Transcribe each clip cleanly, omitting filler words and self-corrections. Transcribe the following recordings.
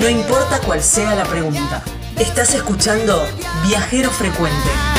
No importa cuál sea la pregunta. Estás escuchando Viajero Frecuente.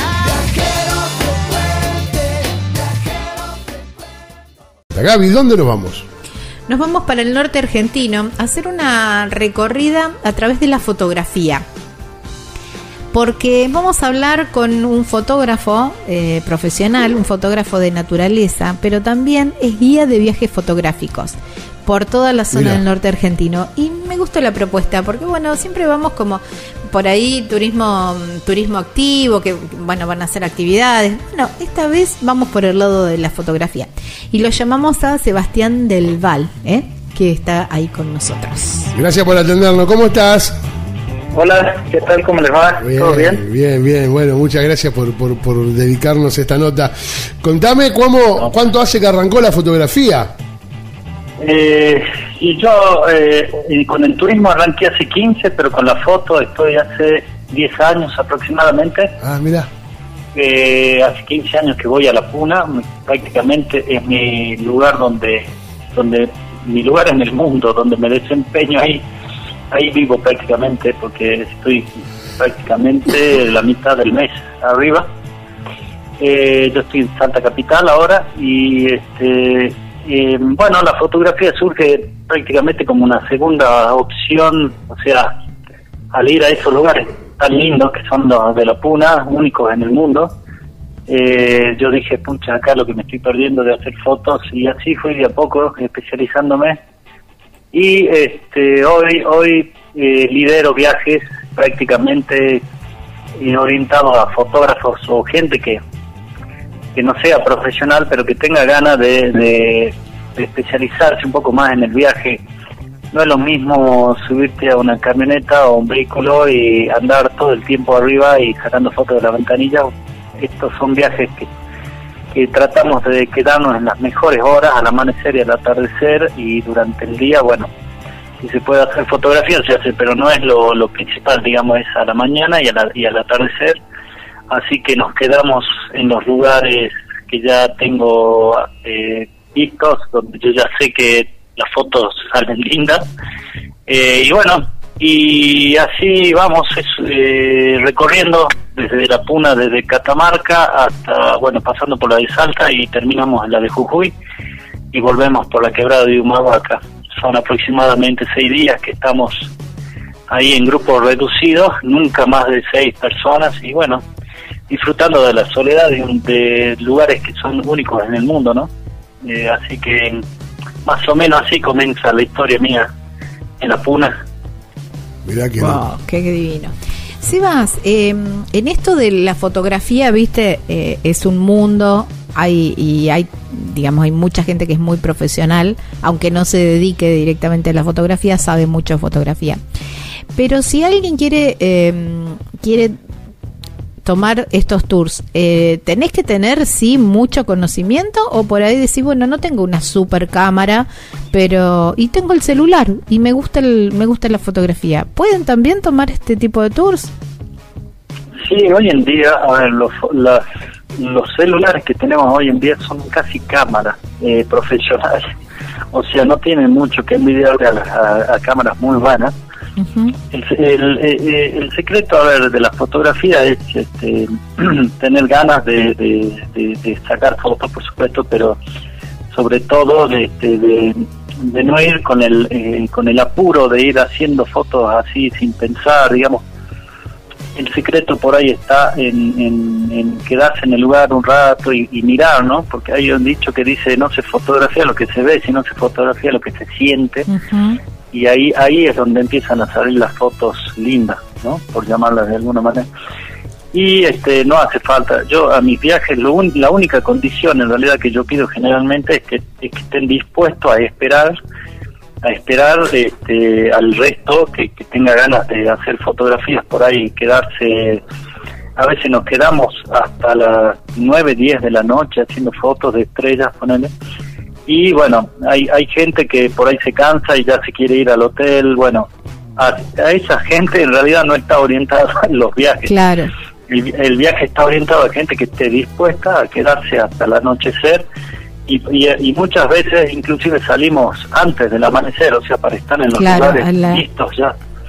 Gaby, ¿dónde nos vamos? Nos vamos para el norte argentino a hacer una recorrida a través de la fotografía. Porque vamos a hablar con un fotógrafo profesional, un fotógrafo de naturaleza, pero también es guía de viajes fotográficos por toda la zona del norte argentino. Y me gustó la propuesta, porque bueno, siempre vamos como por ahí turismo activo, que bueno, van a hacer actividades. Bueno, esta vez vamos por el lado de la fotografía. Y lo llamamos a Sebastián Del Val, que está ahí con nosotros. Gracias por atendernos. ¿Cómo estás? Hola, ¿qué tal? ¿Cómo les va? Bien, ¿Todo bien? Bien. Bueno, muchas gracias por dedicarnos esta nota. Contame cuánto hace que arrancó la fotografía. Y yo con el turismo arranqué hace 15, pero con la foto estoy hace 10 años aproximadamente. Ah, mira. Hace 15 años que voy a La Puna, prácticamente es mi lugar mi lugar en el mundo, donde me desempeño ahí vivo prácticamente, porque estoy prácticamente la mitad del mes arriba. Yo estoy en Salta Capital ahora y bueno, la fotografía surge prácticamente como una segunda opción, o sea, al ir a esos lugares tan lindos que son los de La Puna, únicos en el mundo. Yo dije, pucha, acá lo que me estoy perdiendo de hacer fotos, y así fui de a poco especializándome. Y hoy lidero viajes prácticamente orientados a fotógrafos o gente que no sea profesional, pero que tenga ganas de especializarse un poco más en el viaje. No es lo mismo subirte a una camioneta o un vehículo y andar todo el tiempo arriba y sacando fotos de la ventanilla. Estos son viajes que tratamos de quedarnos en las mejores horas, al amanecer y al atardecer, y durante el día, bueno, si se puede hacer fotografía se hace, pero no es lo principal, digamos, es a la mañana y al atardecer. Así que nos quedamos en los lugares que ya tengo vistos, donde yo ya sé que las fotos salen lindas. Y bueno, y así vamos recorriendo desde La Puna, desde Catamarca hasta, bueno, pasando por la de Salta y terminamos en la de Jujuy y volvemos por la quebrada de Humahuaca. Son aproximadamente 6 días que estamos ahí en grupos reducidos, nunca más de 6 personas, y bueno, disfrutando de la soledad de lugares que son únicos en el mundo, ¿no? Así que más o menos así comienza la historia mía en La Puna. Mirá que wow, qué divino. Sebas, en esto de la fotografía, viste, es un mundo, hay mucha gente que es muy profesional, aunque no se dedique directamente a la fotografía, sabe mucho de fotografía. Pero si alguien quiere tomar estos tours, ¿tenés que tener, sí, mucho conocimiento? O por ahí decís, bueno, no tengo una super cámara, y tengo el celular y me gusta la fotografía. ¿Pueden también tomar este tipo de tours? Sí, hoy en día, a ver, los celulares que tenemos hoy en día son casi cámaras profesionales, o sea, no tienen mucho que envidiarle a cámaras muy buenas. Uh-huh. El secreto, a ver, de la fotografía es tener ganas de sacar fotos, por supuesto, pero sobre todo de no ir con el apuro de ir haciendo fotos así sin pensar, digamos. El secreto por ahí está en quedarse en el lugar un rato y mirar, ¿no? Porque hay un dicho que dice, no se fotografía lo que se ve, sino se fotografía lo que se siente. Uh-huh. Y ahí es donde empiezan a salir las fotos lindas, ¿no? Por llamarlas de alguna manera. Y no hace falta, yo a mis viajes la única condición en realidad que yo pido generalmente es que estén dispuestos a esperar al resto que tenga ganas de hacer fotografías por ahí, quedarse. A veces nos quedamos hasta las 9, 10 de la noche haciendo fotos de estrellas, ponele. Y bueno, hay gente que por ahí se cansa y ya se quiere ir al hotel. Bueno, a esa gente en realidad no está orientada en los viajes. Claro. El viaje está orientado a gente que esté dispuesta a quedarse hasta el anochecer, y muchas veces inclusive salimos antes del amanecer, o sea, para estar en los lugares listos ya.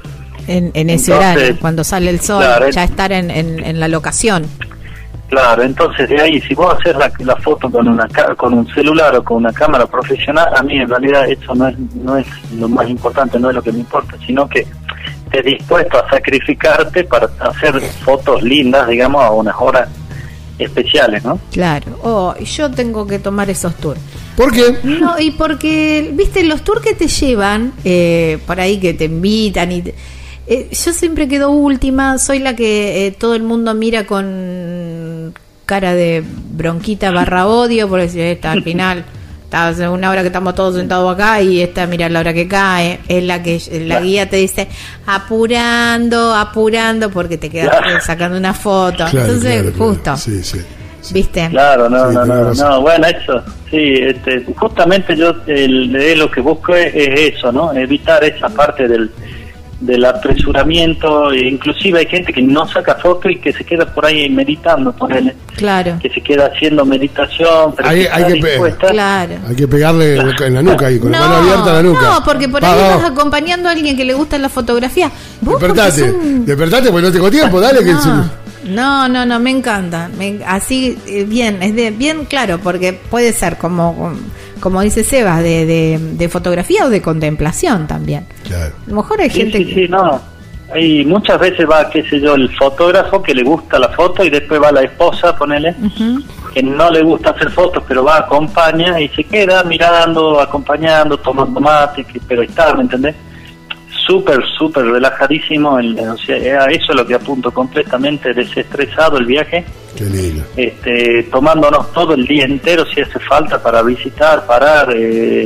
en ese horario, cuando sale el sol, claro, ya estar en la locación. Claro, entonces de ahí, si vos haces la foto con un celular o con una cámara profesional, a mí en realidad eso no es lo más importante, no es lo que me importa, sino que estés dispuesto a sacrificarte para hacer fotos lindas, digamos, a unas horas especiales, ¿no? Claro. Yo tengo que tomar esos tours. ¿Por qué? No, y porque, viste, los tours que te llevan, por ahí que te invitan yo siempre quedo última, soy la que todo el mundo mira con cara de bronquita / odio, porque si esta al final, hace una hora que estamos todos sentados acá y esta mira la hora que cae, es la que la guía te dice apurando, porque te quedas sacando una foto. Claro, entonces, claro. Justo. Sí. ¿Viste? Claro, Sí, no, bueno, eso, sí, justamente yo lo que busco es eso, ¿no? Evitar esa parte del apresuramiento, e inclusive hay gente que no saca fotos y que se queda por ahí meditando, ponele. Claro. Que se queda haciendo meditación, pero Hay que pegarle en la nuca ahí, con la mano abierta en la nuca. No, porque por ahí vas acompañando a alguien que le gusta la fotografía. Despertate, porque no tengo tiempo, dale que... No, me encanta. Así, bien, bien claro, porque puede ser como dice Sebas, de fotografía o de contemplación también. Claro. A lo mejor hay gente que... Sí, no. Hay muchas veces va, qué sé yo, el fotógrafo que le gusta la foto y después va la esposa, ponele, que no le gusta hacer fotos, pero va, acompaña y se queda mirando, acompañando, tomando mate, pero está, ¿me entendés? Súper relajadísimo, o sea, eso es lo que apunto, completamente desestresado el viaje. Qué lindo. Tomándonos todo el día entero si hace falta para visitar, parar,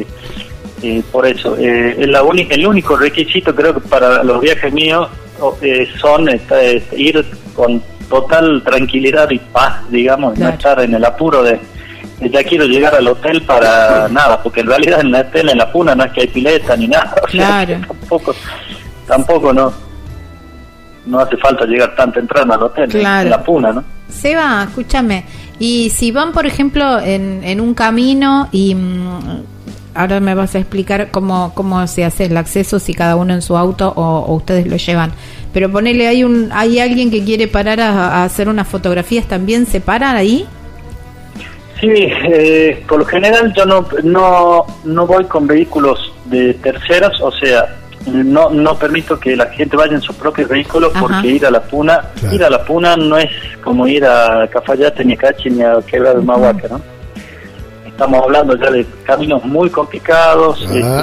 por eso. El único requisito creo que para los viajes míos son ir con total tranquilidad y paz, digamos, claro. No estar en el apuro de ya quiero llegar al hotel para nada, porque en realidad en el hotel, en la Puna, no es que hay pileta ni nada, claro. O sea, tampoco no hace falta llegar tan temprano al hotel, claro. En la Puna, ¿no? Seba, escúchame, y si van, por ejemplo, en un camino y ahora me vas a explicar cómo se hace el acceso, si cada uno en su auto o ustedes lo llevan, pero ponele, hay alguien que quiere parar a hacer unas fotografías, ¿también se paran ahí? Sí, por lo general yo no voy con vehículos de terceros, o sea, no permito que la gente vaya en sus propios vehículos. Ajá. Porque ir a la Puna no es como ir a Cafayate, ni a Cachi, ni a Quebrada del Mahuaca, ¿no? Estamos hablando ya de caminos muy complicados.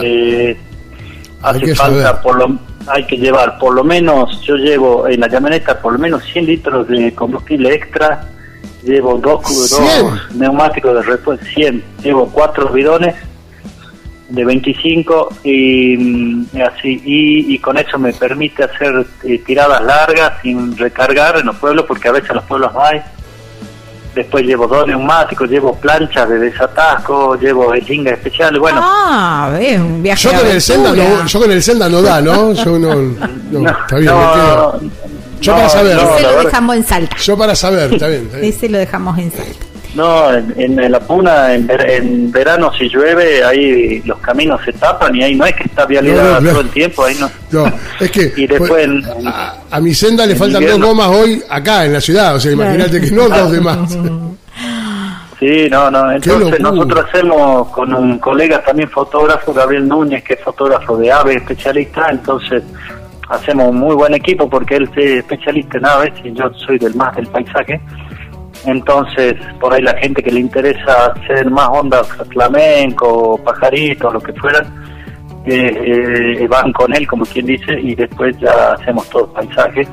Hace falta hay que llevar por lo menos, yo llevo en la camioneta por lo menos 100 litros de combustible extra. Llevo dos neumáticos de repuesto, 100. Llevo 4 bidones de 25 y así. Y con eso me permite hacer tiradas largas sin recargar en los pueblos, porque a veces en los pueblos no hay. Después llevo 2 neumáticos, llevo planchas de desatasco, llevo jeringas especiales. Bueno, es un viaje. Yo con el Zelda no da, ¿no? Yo no está bien, me quedo. Yo para saber. Ese lo dejamos en Salta. Yo para saber, está bien. Ese lo dejamos en Salta. No, en la Puna, en verano si llueve, ahí los caminos se tapan y ahí no es que está vialidad todo el tiempo, ahí no. No, es que y después a mi senda le faltan 2 gomas hoy acá en la ciudad, o sea, imagínate que no 2 demás. Sí, no, entonces nosotros hacemos con un colega también fotógrafo, Gabriel Núñez, que es fotógrafo de aves, especialista, entonces hacemos un muy buen equipo porque él es especialista en aves y yo soy del paisaje. Entonces, por ahí la gente que le interesa hacer más ondas flamenco, pajaritos, lo que fueran, van con él, como quien dice, y después ya hacemos todos paisajes.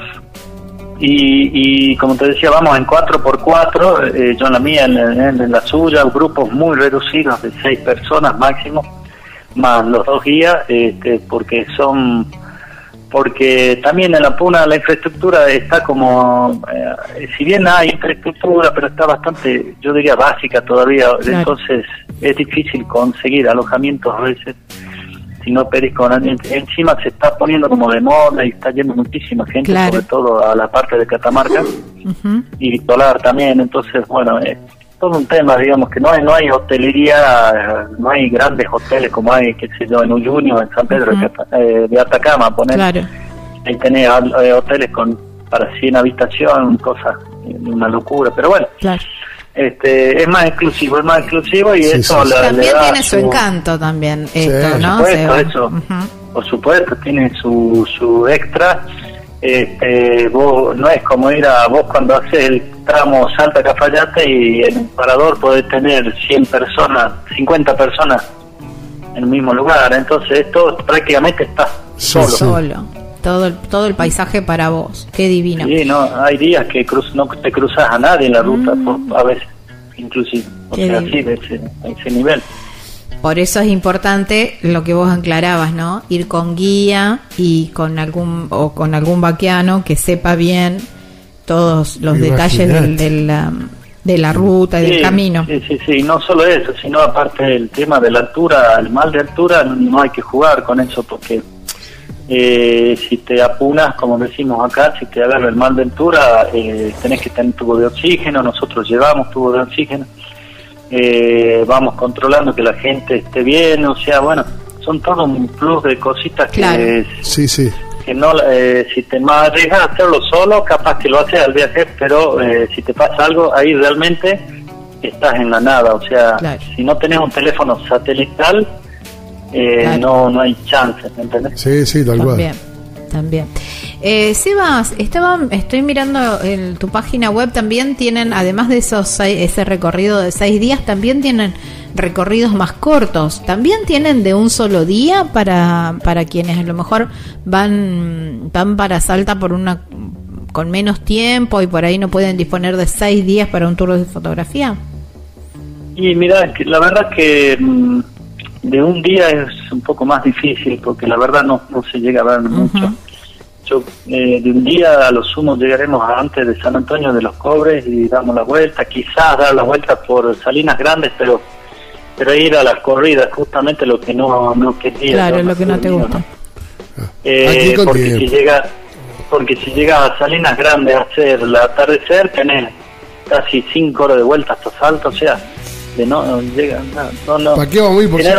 Y como te decía, vamos en 4x4, yo en la mía, en la suya, grupos muy reducidos de 6 personas máximo, más los 2 guías, porque también en la Puna la infraestructura está como, si bien hay infraestructura, pero está bastante, yo diría, básica todavía. Claro. Entonces es difícil conseguir alojamientos a veces si no pedís con alguien. Encima se está poniendo como de moda y está yendo muchísima gente, claro. Sobre todo a la parte de Catamarca y Tolar también. Entonces, bueno, todo un tema, digamos, que no hay hotelería, no hay grandes hoteles como hay, qué sé yo, en Uyuni o en San Pedro de Atacama, poner. Claro. ahí tenés hoteles para 100 habitaciones, cosas, una locura, pero bueno. Claro. Es más exclusivo y Sí, eso sí. le También da tiene su encanto también esto, ¿no? Por supuesto, Seba? eso. Ujú. Por supuesto, tiene su extra. Vos no es como ir a vos cuando haces el tramo Salta Cafayate y en un parador podés tener 100 personas, 50 personas en el mismo lugar. Entonces esto prácticamente está solo. Solo. Todo el paisaje para vos. Qué divino. Sí, no, hay días que no te cruzas a nadie en la ruta, a veces, inclusive. O Qué sea, divino. sí, de ese nivel. Por eso es importante lo que vos aclarabas, ¿no? Ir con guía y con algún vaquiano que sepa bien todos los Imaginate. detalles de la ruta y del camino. Sí, no solo eso, sino aparte del tema de la altura, el mal de altura, no hay que jugar con eso porque si te apunas, como decimos acá, si te agarra el mal de altura, tenés que tener tubo de oxígeno, nosotros llevamos tubo de oxígeno, vamos controlando que la gente esté bien, o sea, bueno, son todo un plus de cositas que, Claro. Sí. que no, si te más arriesgas a hacerlo solo, capaz que lo haces al viaje, pero si te pasa algo, ahí realmente estás en la nada, o sea, Claro. si no tenés un teléfono satelital, Claro. no hay chance, ¿me entendés? Sí, tal cual. También. Sebas, estoy mirando en tu página web, también tienen, además de ese recorrido de 6 días, también tienen recorridos más cortos. También tienen de un solo día para quienes a lo mejor van para Salta con menos tiempo y por ahí no pueden disponer de 6 días para un tour de fotografía. Y mira, que la verdad que de un día es un poco más difícil porque la verdad no se llega a ver mucho. Yo, de un día a lo sumo llegaremos antes de San Antonio de los Cobres y damos la vuelta, quizás dar la vuelta por Salinas Grandes, pero ir a las corridas, justamente lo que no quería. Claro, lo que no te gusta. Aquí con Porque tiempo. si llegas a Salinas Grandes a hacer el atardecer, tenés casi 5 horas de vuelta hasta Salta, o sea, no llega nada. No. ¿Para qué vamos a ir por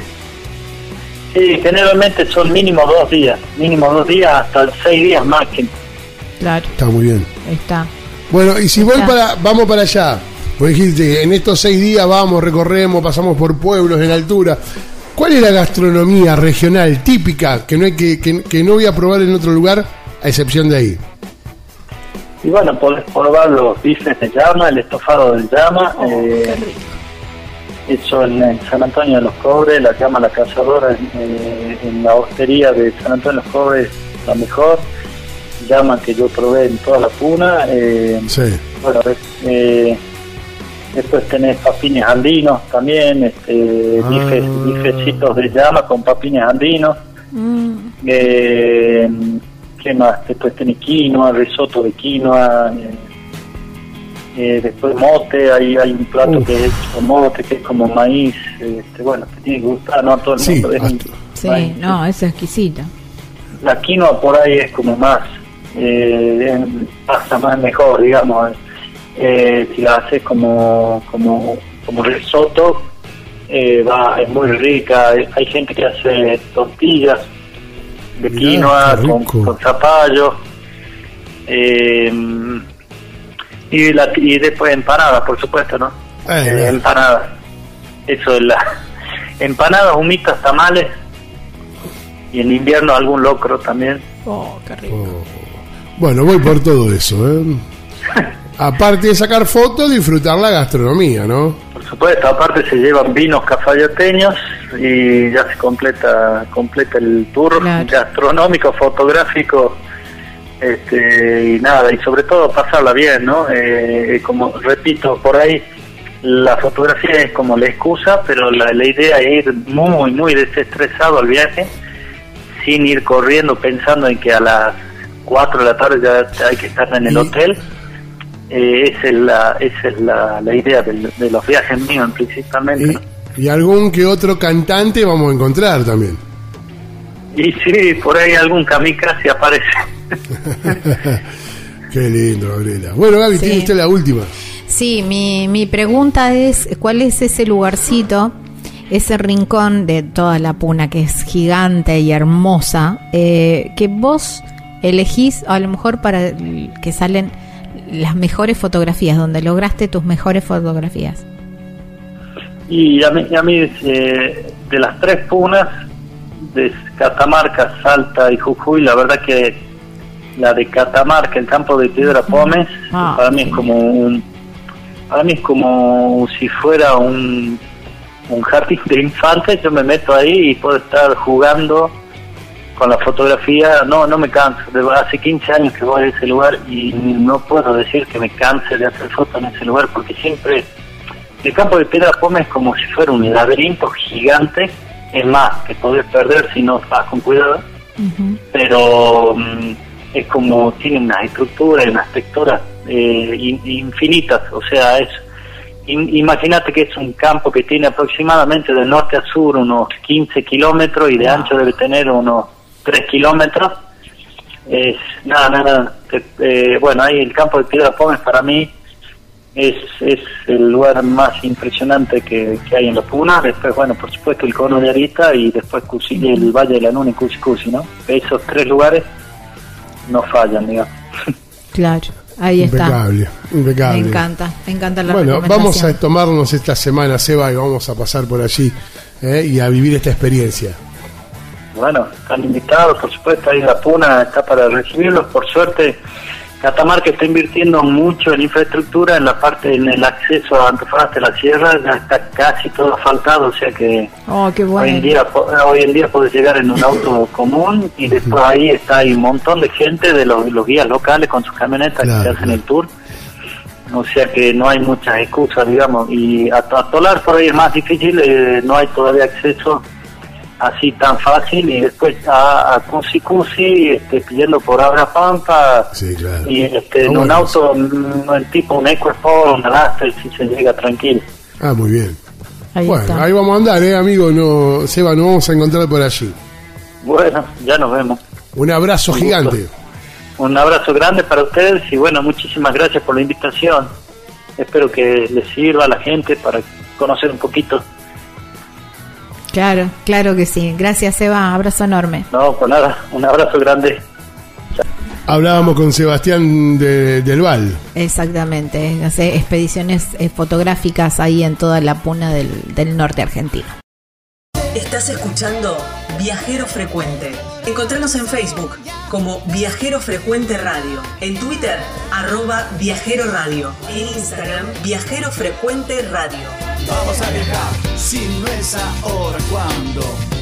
Generalmente son mínimo 2 días, hasta 6 días máximo. Claro, Está muy bien. está. Bueno, y si vamos para allá, vos dijiste, en estos 6 días vamos, recorremos, pasamos por pueblos en altura. ¿Cuál es la gastronomía regional típica que no hay que no voy a probar en otro lugar, a excepción de ahí? Y bueno, podés probar los bifes de llama, el estofado de llama, hecho en San Antonio de los Cobres, la llama La Cazadora, en la hostería de San Antonio de los Cobres, la mejor llama que yo probé en toda la puna. Sí. Bueno, después tenés papines andinos también, bifecitos de llama con papines andinos. ¿Qué más? Después tenés quinoa, risotto de quinoa, después mote, hay un plato que es con mote, que es como maíz, bueno, que tiene que gustar, no a todo el mundo. Sí, maíz, no, es exquisita. La quinoa por ahí es como más, pasa más mejor, digamos. Si la haces como risotto, es muy rica. Hay gente que hace tortillas de Mirá, quinoa qué rico. con zapallo, y después empanadas, por supuesto, ¿no? Empanadas, eso es empanadas, humitas, tamales, y en invierno algún locro también. Oh, qué rico. Bueno, voy por todo eso, Aparte de sacar fotos, disfrutar la gastronomía, ¿no? Por supuesto, aparte se llevan vinos cafayateños y ya se completa el tour gastronómico, fotográfico, y nada, y sobre todo pasarla bien, ¿no? Como repito, por ahí la fotografía es como la excusa, pero la idea es ir muy, muy desestresado al viaje, sin ir corriendo pensando en que a las 4 de la tarde ya hay que estar en el hotel. Esa es la idea de los viajes míos principalmente, ¿no? Y algún que otro cantante vamos a encontrar también. Y sí, por ahí algún kamikaze aparece. Qué lindo, Gabriela. Bueno, Gaby, tiene usted la última. Sí, mi pregunta es, ¿cuál es ese lugarcito, ese rincón de toda la puna que es gigante y hermosa, que vos elegís a lo mejor para que salen las mejores fotografías, donde lograste tus mejores fotografías? Y a mí de las 3 punas, de Catamarca, Salta y Jujuy, la verdad que la de Catamarca, el campo de Piedra Pómez, para mí es como si fuera un jardín de infantes. Yo me meto ahí y puedo estar jugando con la fotografía, no me canso. Hace 15 años que voy a ese lugar y no puedo decir que me canse de hacer fotos en ese lugar, porque siempre el campo de Piedra Pómez es como si fuera un laberinto gigante. Es más, que podés perder si no vas con cuidado, pero es como, tiene unas estructuras y unas texturas infinitas. O sea, imagínate que es un campo que tiene aproximadamente de norte a sur unos 15 kilómetros y de ancho debe tener unos 3 kilómetros. Bueno, ahí el campo de Piedra Pómez para mí es el lugar más impresionante que hay en la Puna. Después, bueno, por supuesto el Cono de Arita y después el Valle de la Luna y Cusicusi, ¿no? Esos 3 lugares no fallan, digamos. Claro, ahí está. Impecable. Me encanta la Bueno, recomendación. vamos a tomarnos esta semana, Seba, y vamos a pasar por allí y a vivir esta experiencia. Bueno, están invitados, por supuesto, ahí la Puna está para recibirlos. Por suerte, Catamarca está invirtiendo mucho en infraestructura, en el acceso a Antofagasta, la sierra, ya está casi todo asfaltado, o sea que qué bueno. hoy en día puedes llegar en un auto común y después hay un montón de gente de los guías locales con sus camionetas que se hacen el tour, o sea que no hay muchas excusas, digamos, y a Tolar por ahí es más difícil, no hay todavía acceso así tan fácil, y después a Cusicusi pidiendo por Abra Pampa, sí, claro. Y en un auto tipo un EcoSport, un Duster, si se llega tranquilo. Muy bien. Ahí está. Ahí vamos a andar, amigo. Seba, nos vamos a encontrar por allí. Bueno, ya nos vemos. Un abrazo gigante. Un abrazo grande para ustedes y bueno, muchísimas gracias por la invitación. Espero que les sirva a la gente para conocer un poquito. Claro que sí. Gracias, Seba. Abrazo enorme. No, pues nada, un abrazo grande. Hablábamos con Sebastián del Val. Exactamente. Hace expediciones fotográficas ahí en toda la Puna del norte argentino. Estás escuchando Viajero Frecuente. Encontranos en Facebook como Viajero Frecuente Radio, en Twitter @Viajero Radio, en Instagram Viajero Frecuente Radio. Vamos a viajar, si no es ahora, ¿cuándo?